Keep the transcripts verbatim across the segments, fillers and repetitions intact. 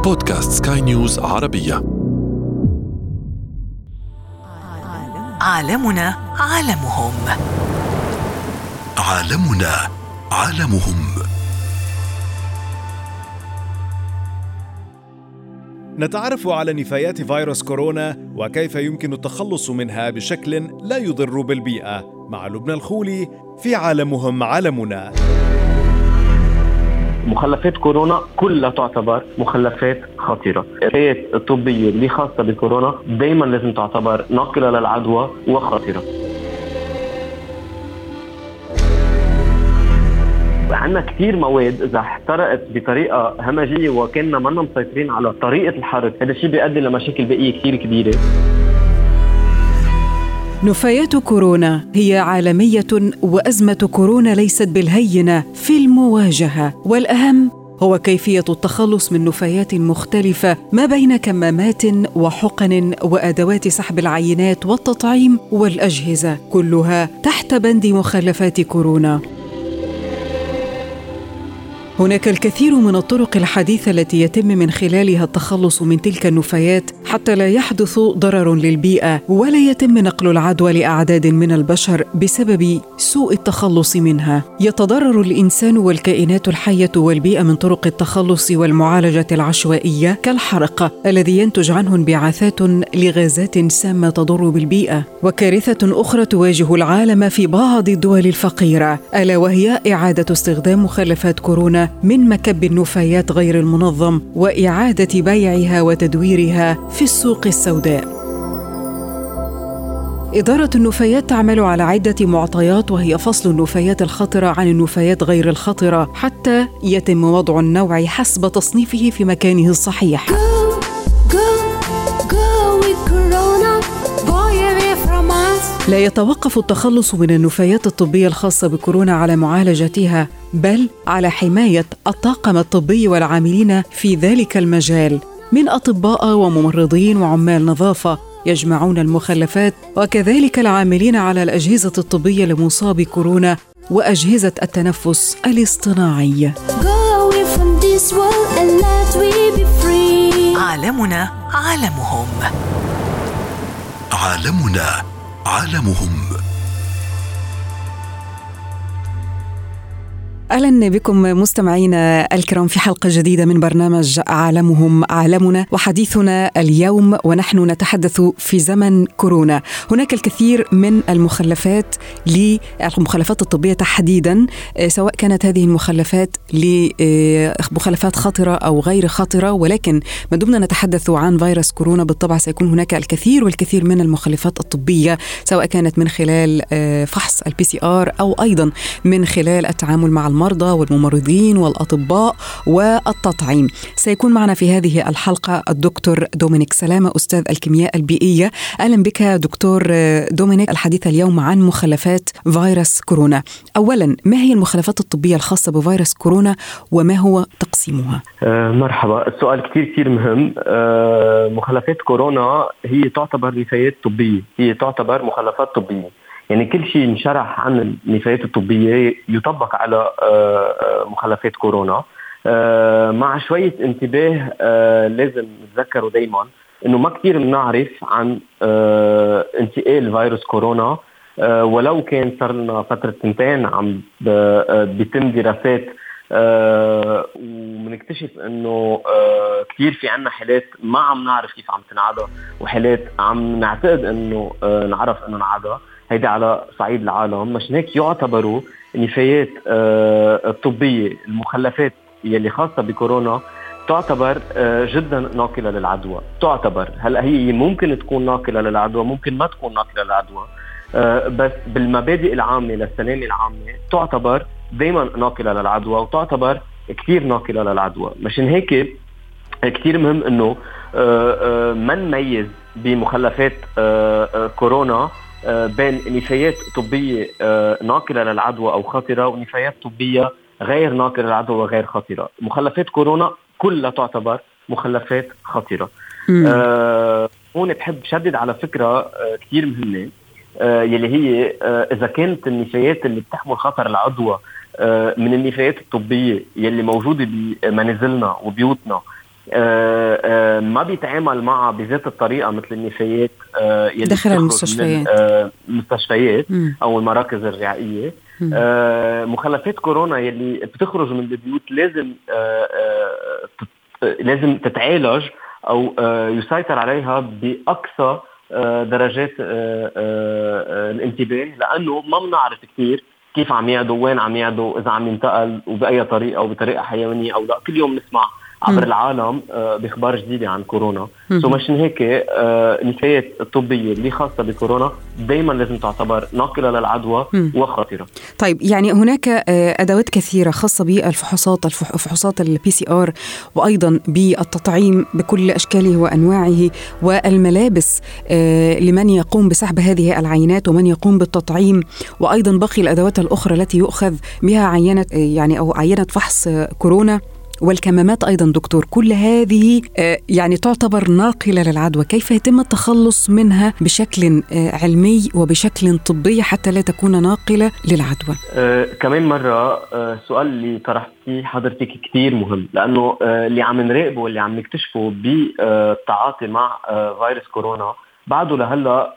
بودكاست سكاي نيوز عربية. عالمنا عالمهم. عالمنا عالمهم. نتعرف على نفايات فيروس كورونا وكيف يمكن التخلص منها بشكل لا يضر بالبيئة مع لبنى الخولي في عالمهم عالمنا. مخلفات كورونا كلها تعتبر مخلفات خطيرة. النفايات الطبية اللي خاصة بكورونا دايما لازم تعتبر ناقلة للعدوى وخطيرة. عندنا كثير مواد إذا احترقت بطريقة همجية وكنا ما مسيطرين على طريقة الحرق، هذا الشيء بيؤدي لمشاكل بيئية كثير كبيرة. نفايات كورونا هي عالمية، وأزمة كورونا ليست بالهينة في المواجهة، والأهم هو كيفية التخلص من نفايات مختلفة ما بين كمامات وحقن وأدوات سحب العينات والتطعيم والأجهزة، كلها تحت بند مخلفات كورونا. هناك الكثير من الطرق الحديثة التي يتم من خلالها التخلص من تلك النفايات حتى لا يحدث ضرر للبيئة ولا يتم نقل العدوى لأعداد من البشر بسبب سوء التخلص منها. يتضرر الإنسان والكائنات الحية والبيئة من طرق التخلص والمعالجة العشوائية كالحرق الذي ينتج عنه انبعاثات لغازات سامة تضر بالبيئة. وكارثة أخرى تواجه العالم في بعض الدول الفقيرة ألا وهي إعادة استخدام مخلفات كورونا من مكب النفايات غير المنظم وإعادة بيعها وتدويرها في السوق السوداء. إدارة النفايات تعمل على عدة معطيات، وهي فصل النفايات الخطرة عن النفايات غير الخطرة حتى يتم وضع النوع حسب تصنيفه في مكانه الصحيح. لا يتوقف التخلص من النفايات الطبية الخاصة بكورونا على معالجتها، بل على حماية الطاقم الطبي والعاملين في ذلك المجال من أطباء وممرضين وعمال نظافة يجمعون المخلفات، وكذلك العاملين على الأجهزة الطبية لمصاب كورونا وأجهزة التنفس الاصطناعي. عالمنا عالمهم. عالمنا عالمهم. أهلا بكم مستمعينا الكرام في حلقة جديدة من برنامج عالمهم عالمنا، وحديثنا اليوم ونحن نتحدث في زمن كورونا. هناك الكثير من المخلفات للمخلفات الطبية تحديدا، سواء كانت هذه المخلفات لمخلفات خطرة أو غير خطرة، ولكن ما دمنا نتحدث عن فيروس كورونا بالطبع سيكون هناك الكثير والكثير من المخلفات الطبية، سواء كانت من خلال فحص البي سي آر أو أيضا من خلال التعامل مع المرضى والممرضين والأطباء والتطعيم. سيكون معنا في هذه الحلقة الدكتور دومينيك سلامة، أستاذ الكيمياء البيئية. أهلا بك دكتور دومينيك. الحديث اليوم عن مخلفات فيروس كورونا. أولا، ما هي المخلفات الطبية الخاصة بفيروس كورونا وما هو تقسيمها؟ أه مرحبا، السؤال كتير كتير مهم. أه مخلفات كورونا هي تعتبر نفايات طبية، هي تعتبر مخلفات طبية، يعني كل شيء نشرح عن النفايات الطبية يطبق على مخلفات كورونا. مع شوية انتباه لازم نتذكروا دايما انه ما كتير بنعرف عن انتقال فيروس كورونا، ولو كان صار لنا فترة سنتين عم بيتم دراسات ومنكتشف انه كتير في عنا حالات ما عم نعرف كيف عم تنعدى، وحالات عم نعتقد انه نعرف انه نعدى. هيدا على صعيد العالم. مش هيك يعتبروا النفايات الطبية المخلفات يلي خاصة بكورونا تعتبر جدا ناقلة للعدوى. تعتبر هلا هي ممكن تكون ناقلة للعدوى، ممكن ما تكون ناقلة للعدوى، بس بالمبادئ العامة للسلامة العامة تعتبر دايما ناقلة للعدوى، وتعتبر كتير ناقلة للعدوى. مشان هيك كتير مهم انه ما نميز بمخلفات كورونا بين نفايات طبية ناقلة للعدوى أو خطرة ونفايات طبية غير ناقلة للعدوى وغير خطرة. مخلفات كورونا كلها تعتبر مخلفات خطرة. آه هون بحب شدد على فكرة آه كتير مهمة، آه يلي هي آه إذا كانت النفايات اللي بتحمل خطر العدوى آه من النفايات الطبية يلي موجودة بمنازلنا وبيوتنا آه آه ما بيتعامل معها بذات الطريقة مثل النفايات آه يلي داخل المستشفيات آه المستشفيات أو المراكز الرعاية. آه مخلفات كورونا يلي بتخرج من البيوت لازم آه آه لازم تتعالج أو آه يسيطر عليها بأقصى آه درجات آه آه الانتباه، لأنه ما بنعرف كتير كيف عم يعدوا، وين عم يعدوا، إذا عم ينتقل وبأي طريقة أو بطريقة حيوانية أو لا. كل يوم نسمع عبر م. العالم آه بإخبار جديدة عن كورونا. سو مشان هيك آه النفايات الطبية اللي خاصة بكورونا دايما لازم تعتبر ناقلة للعدوى م. وخطيرة. طيب يعني هناك آه أدوات كثيرة خاصة بالفحوصات الفحوصات البي سي آر، وأيضا بالتطعيم بكل أشكاله وأنواعه، والملابس آه لمن يقوم بسحب هذه العينات ومن يقوم بالتطعيم، وأيضا باقي الأدوات الأخرى التي يؤخذ بها عينة يعني أو عينة فحص كورونا، والكمامات أيضا دكتور. كل هذه يعني تعتبر ناقلة للعدوى، كيف يتم التخلص منها بشكل علمي وبشكل طبي حتى لا تكون ناقلة للعدوى؟ أه كمان مرة السؤال اللي طرحتيه حضرتك كتير مهم، لأنه اللي عم نراقبه واللي عم نكتشفه بالتعاطي مع فيروس كورونا بعده لهلا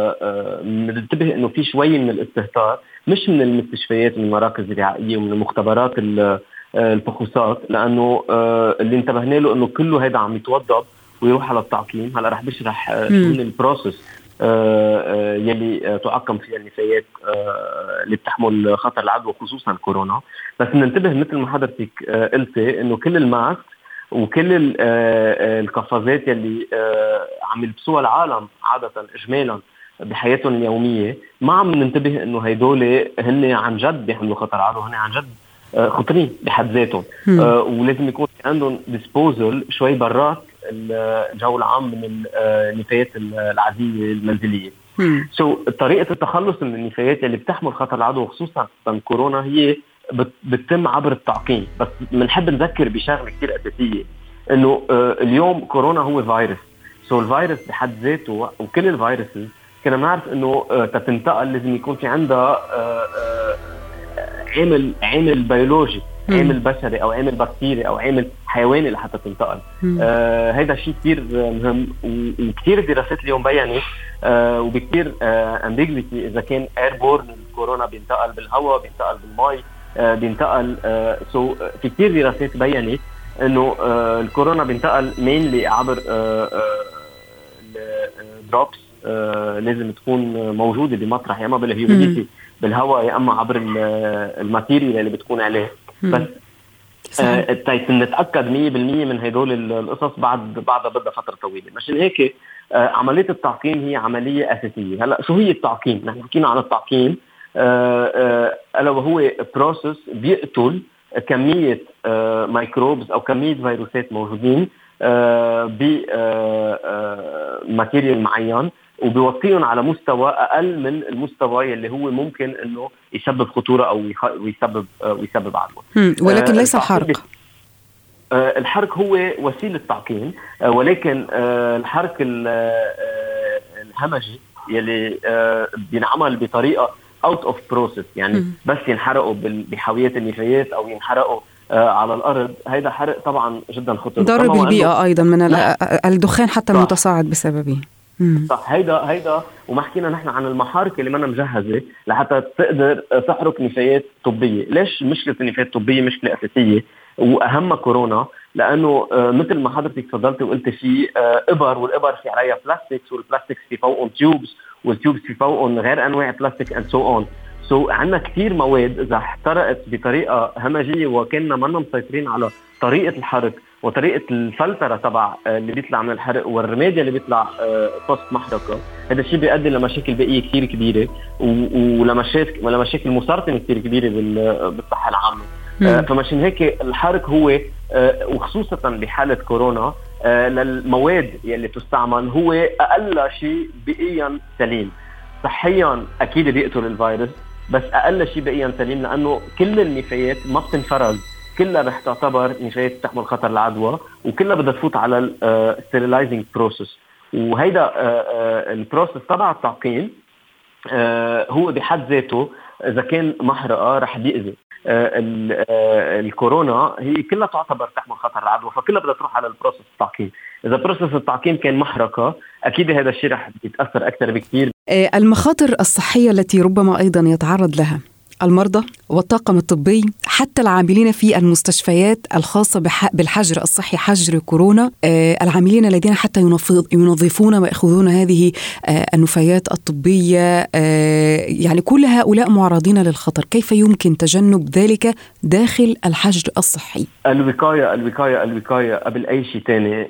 ننتبه انه في شوي من الاستهتار، مش من المستشفيات، من المراكز الرعاية ومن المختبرات الفحوصات، لانه اللي انتبهنا له انه كله هيدا عم يتوضب ويروح على التعقيم. هلا رح بشرح شو من البروسس يلي تعقم فيها النفايات اللي بتحمل خطر العدوى خصوصا كورونا. بس ننتبه مثل ما حضرتك قلتي انه كل الماسك وكل القفازات يلي عم يلبسوها العالم عادة إجمالا بحياتهم اليومية، ما عم ننتبه إنه هيدول هن عن جد بيحملوا خطر عدوى، هن عن جد خطرين بحد ذاتهم. ولازم يكون عندهم ديسبوزل شوي برات الجو العام من النفايات العادية المنزلية. سو so, طريقة التخلص من النفايات اللي بتحمل خطر العدوى خصوصا كورونا هي بتتم عبر التعقيم. بس منحب نذكر بشغله كتير أساسية، إنه اليوم كورونا هو فيروس. سو so, الفيروس بحد ذاته وكل الفيروسز كنا نعرف إنه تتنتقل لازم يكون في عندها عامل عامل بيولوجي، عامل بشري أو عامل بكتيري أو عامل حيواني لحتى تنتقل. آه هيدا شيء كتير مهم، وكتير دراسات اليوم بيّنت آه وبكتير آه امبيجويتي إذا كان ايربورن الكورونا بينتقل بالهواء، بينتقل بالماء، آه بينتقل آه سو في كتير دراسات بيّنت إنه آه الكورونا بينتقل مينلي عبر آه آه الدروبس آه لازم تكون موجودة بمطرح، يا اما بالهيوميديتي بالهواء يا اما عبر الماتيريال اللي بتكون عليه. بس آه نتاكد مية بالمية من هدول القصص بعد بعد بدها فتره طويله. مشان هيك آه عمليه التعقيم هي عمليه اساسيه. هلا شو هي التعقيم؟ نحن حكينا عن التعقيم آه آه الا وهو بروسس بيقتل كميه آه ميكروبز او كميه فيروسات موجودين آه بماتيريال معين، وبيوطيهم على مستوى أقل من المستوى اللي هو ممكن إنه يسبب خطورة أو يسبب ويسبب عدوى. ولكن ليس الحرق. الحرق هو وسيلة تعقيم، ولكن الحرق الهمجي يلي بينعمل بطريقة out of process، يعني م. بس ينحرقوا بحاويات النفايات أو ينحرقوا على الأرض، هيدا حرق طبعا جدا خطير، ضر بالبيئة أيضا من الدخان حتى المتصاعد بسببه. صح. هيدا هيدا وما حكينا نحن عن المحارق اللي منا مجهزة لحتى تقدر تحرق نفايات طبية. ليش مشكلة النفايات الطبية مشكلة أساسية وأهم كورونا؟ لأنه مثل ما حضرتك تفضلتي وقلت في إبر، والإبر في عليها بلاستيكس، والبلاستيكس في فوقهم تيوبس، والتيوبس في فوقهم غير أنواع بلاستيك and so on. سو so, عندنا كتير مواد إذا احترقت بطريقة همجية وكنا منا مسيطرين على طريقة الحرق وطريقة الفلترة تبع اللي بيطلع من الحرق والرمادية اللي بيطلع بوست محرقة، هذا الشيء بيؤدي لمشاكل بيئية كتير كبيرة ولمشاكل ولمشاكل مسرطنة كتير كبيرة بالصحة العامة. فمشان هيك الحرق هو وخصوصا بحالة كورونا للمواد يلي تستعمل هو أقل شيء بيئيا سليم. صحيا أكيد بيقتل الفيروس، بس أقل شيء بيئيا سليم، لأنه كل النفايات ما بتنفرز، كلها رح تعتبر نفايات تحمل خطر العدوى، وكلها بدها تفوت على الستيرلايزنج بروسس. وهيدا البروسس تبع التعقيم هو بحد ذاته إذا كان محرقة رح بيأذي. الكورونا هي كلها تعتبر تحمل خطر العدوى، فكلها بدها تروح على البروسس التعقيم. إذا بروسس التعقيم كان محركة أكيد هذا الشيء رح يتأثر أكثر بكتير. المخاطر الصحية التي ربما أيضا يتعرض لها المرضى والطاقم الطبي حتى العاملين في المستشفيات الخاصة بالحجر الصحي، حجر كورونا، العاملين الذين حتى ينظفون ويأخذون هذه النفايات الطبية، يعني كل هؤلاء معرضين للخطر. كيف يمكن تجنب ذلك داخل الحجر الصحي؟ الوقاية الوقاية الوقاية قبل أي شيء تاني،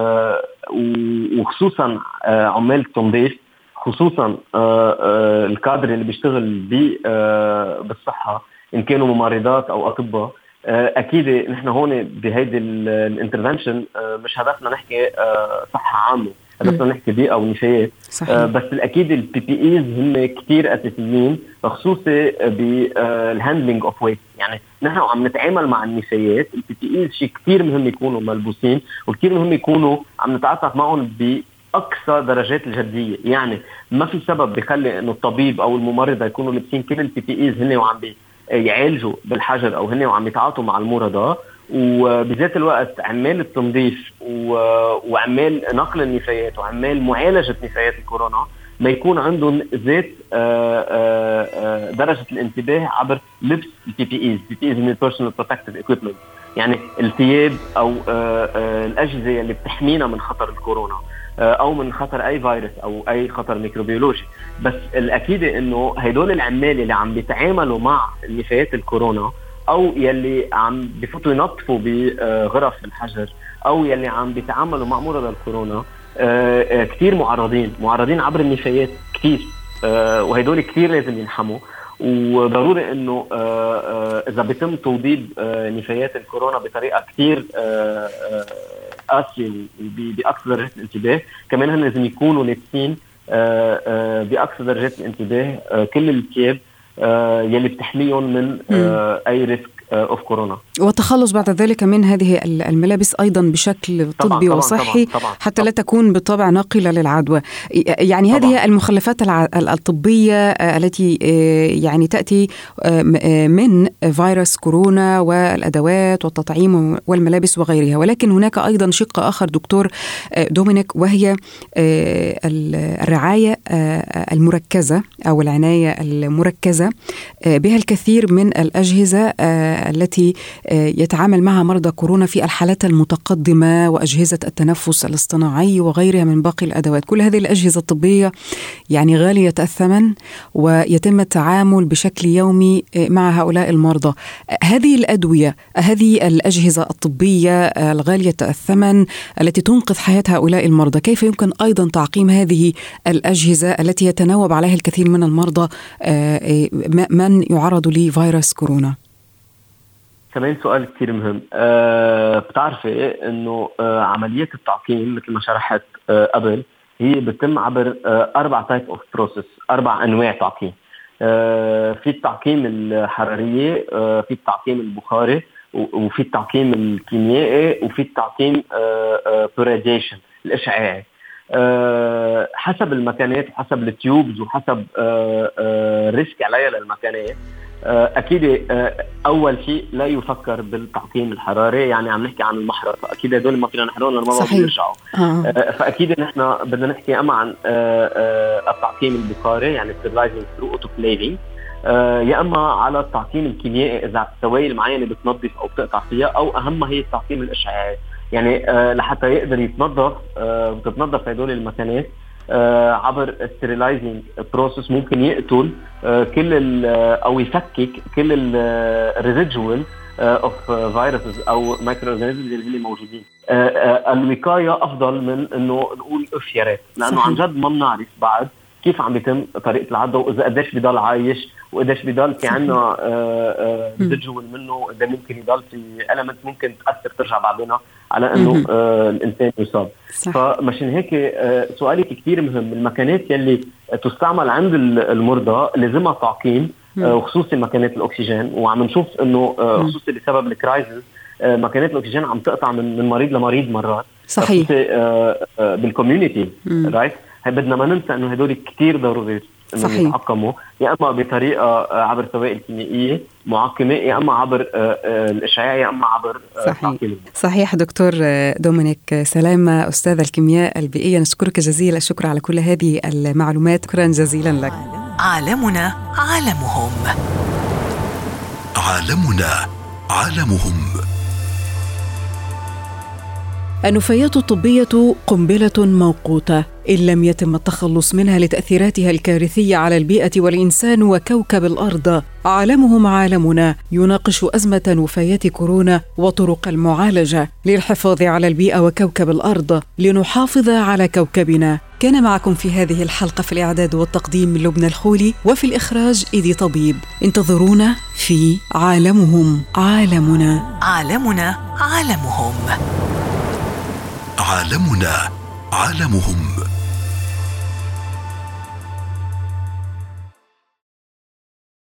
وخصوصا عمال التنظيف، خصوصا الكادر اللي بيشتغل بالصحة إن كانوا ممرضات أو أطباء. أكيد نحن هون بهيدي الانترفنشن مش هدفنا نحكي صحة عامة، هدفنا نحكي بيئة ونفايات. بس الأكيد البي بي إيز هم كتير أساسيين، خصوصي بالهاندلينج أوف ويست. يعني نحن عم نتعامل مع النفايات، البي بي إيز شيء كتير مهم يكونوا ملبوسين، وكتير مهم يكونوا عم نتعاطف معهم ب أقصى درجات الجدية. يعني ما في سبب بيخلي إنه الطبيب أو الممرضة يكونوا لابسين كل البي بي إيز هن وعم بيعالجوا بالحجر أو هن وعم يتعاطوا مع المرضى، وبذات الوقت عمال التنظيف وعمال نقل النفايات وعمال معالجة نفايات الكورونا ما يكون عندهم ذات درجة الانتباه عبر لبس البي بي إيز. البي بي إيز من personal protective equipment، يعني الثياب أو الأجهزة اللي بتحمينا من خطر الكورونا أو من خطر أي فيروس أو أي خطر ميكروبيولوجي. بس الأكيد إنه هيدول العمال اللي عم بيتعاملوا مع نفايات الكورونا أو يلي عم بيفوتوا ينظفوا بغرف الحجر أو يلي عم بيتعاملوا مع مرضى الكورونا كتير معرضين معرضين عبر النفايات كتير، وهيدول كتير لازم ينحموا. وضروري إنه إذا بيتم توضيب نفايات الكورونا بطريقة كتير قاسية بأقصى درجات الانتباه، كمان هم لازم يكونوا لابسين بأقصى درجات الانتباه كل الثياب يلي بتحميهم من أي ريسك أوف كورونا، والتخلص بعد ذلك من هذه الملابس أيضا بشكل طبي طبعاً وصحي طبعاً طبعاً حتى لا تكون بالطبع ناقلة للعدوى. يعني طبعاً. هذه المخلفات الطبية التي يعني تأتي من فيروس كورونا والأدوات والتطعيم والملابس وغيرها، ولكن هناك أيضا شق آخر دكتور دومينيك، وهي الرعاية المركزة أو العناية المركزة بها الكثير من الأجهزة التي يتعامل معها مرضى كورونا في الحالات المتقدمة وأجهزة التنفس الاصطناعي وغيرها من باقي الأدوات. كل هذه الأجهزة الطبية يعني غالية الثمن ويتم التعامل بشكل يومي مع هؤلاء المرضى. هذه الأدوية، هذه الأجهزة الطبية الغالية الثمن التي تنقذ حياة هؤلاء المرضى، كيف يمكن أيضا تعقيم هذه الأجهزة التي يتناوب عليها الكثير من المرضى من يعرض لفيروس كورونا؟ كمان سؤال كتير مهم. أه بتعرفي انه أه عملية التعقيم مثل ما شرحت أه قبل هي بتتم عبر أه أربع تايب اوف بروسيس، أربع أنواع تعقيم. أه في التعقيم الحرارية، أه في التعقيم البخاري، وفي التعقيم الكيميائي، وفي التعقيم براديشن الإشعاعي. أه حسب المكانات وحسب التيوبز وحسب أه أه الريسك عليها للمكانات. أكيد أول شيء لا يفكر بالتعقيم الحراري، يعني عم نحكي عن المحرقة، أكيد هدول ما فينا نحرقهم لما ما بيرجعوا. آه. فأكيد نحن بدنا نحكي أما عن التعقيم البخاري يعني sterilizing through autoclaving، يا أما على التعقيم الكيميائي إذا سوائل معينة بتنظف أو بتقطع فيها، أو أهم هي التعقيم الإشعاعي، يعني لحتى يقدر يتنظف وتتنظف هدول المكانات آه عبر sterilizing process. ممكن يقتل آه كل أو يفكك كل الريزيدوال اوف فيروسز او مايكرو اورجانيزمز اللي موجودين. آه آه الوقايه افضل من انه نقول اف يا ريت، لانه عن جد ما بنعرف بعد كيف عم بيتم طريقه العدوى، واذا قديش بيضل عايش، وقديش بيضل في عنا ريزيدوال منه، اذا ممكن يضل في إليمنت ممكن تاثر ترجع بعدين على انه آه الانسان يصاب. فمشان هيك آه سؤالك كثير مهم. المكانات يلي تستعمل عند المرضى لازمها تعقيم، آه وخصوصي مكانات الاكسجين، وعم نشوف انه آه خصوصي بسبب الكرايسيس آه مكانات الاكسجين عم تقطع من من مريض لمريض مرات. صحيح. آه آه بالكوميونيتي رايت. بدنا ما ننسى انه هدول كتير ضروري انهم يتعقموا يا اما بطريقه عبر سوائل كيميائيه معقمه يا اما عبر الاشعاع يا اما عبر تعقيم. صحيح دكتور دومينيك سلامه استاذ الكيمياء البيئيه، نشكرك جزيل الشكر على كل هذه المعلومات، شكرا جزيلا لك. عالمنا عالمهم. عالمنا عالمهم. النفايات الطبية قنبلة موقوتة إن لم يتم التخلص منها لتأثيراتها الكارثية على البيئة والإنسان وكوكب الأرض. عالمهم عالمنا يناقش أزمة نفايات كورونا وطرق المعالجة للحفاظ على البيئة وكوكب الأرض لنحافظ على كوكبنا. كان معكم في هذه الحلقة في الإعداد والتقديم لبنى الخولي، وفي الإخراج إيدي طبيب. انتظرونا في عالمهم عالمنا. عالمنا عالمهم. عالمنا عالمهم.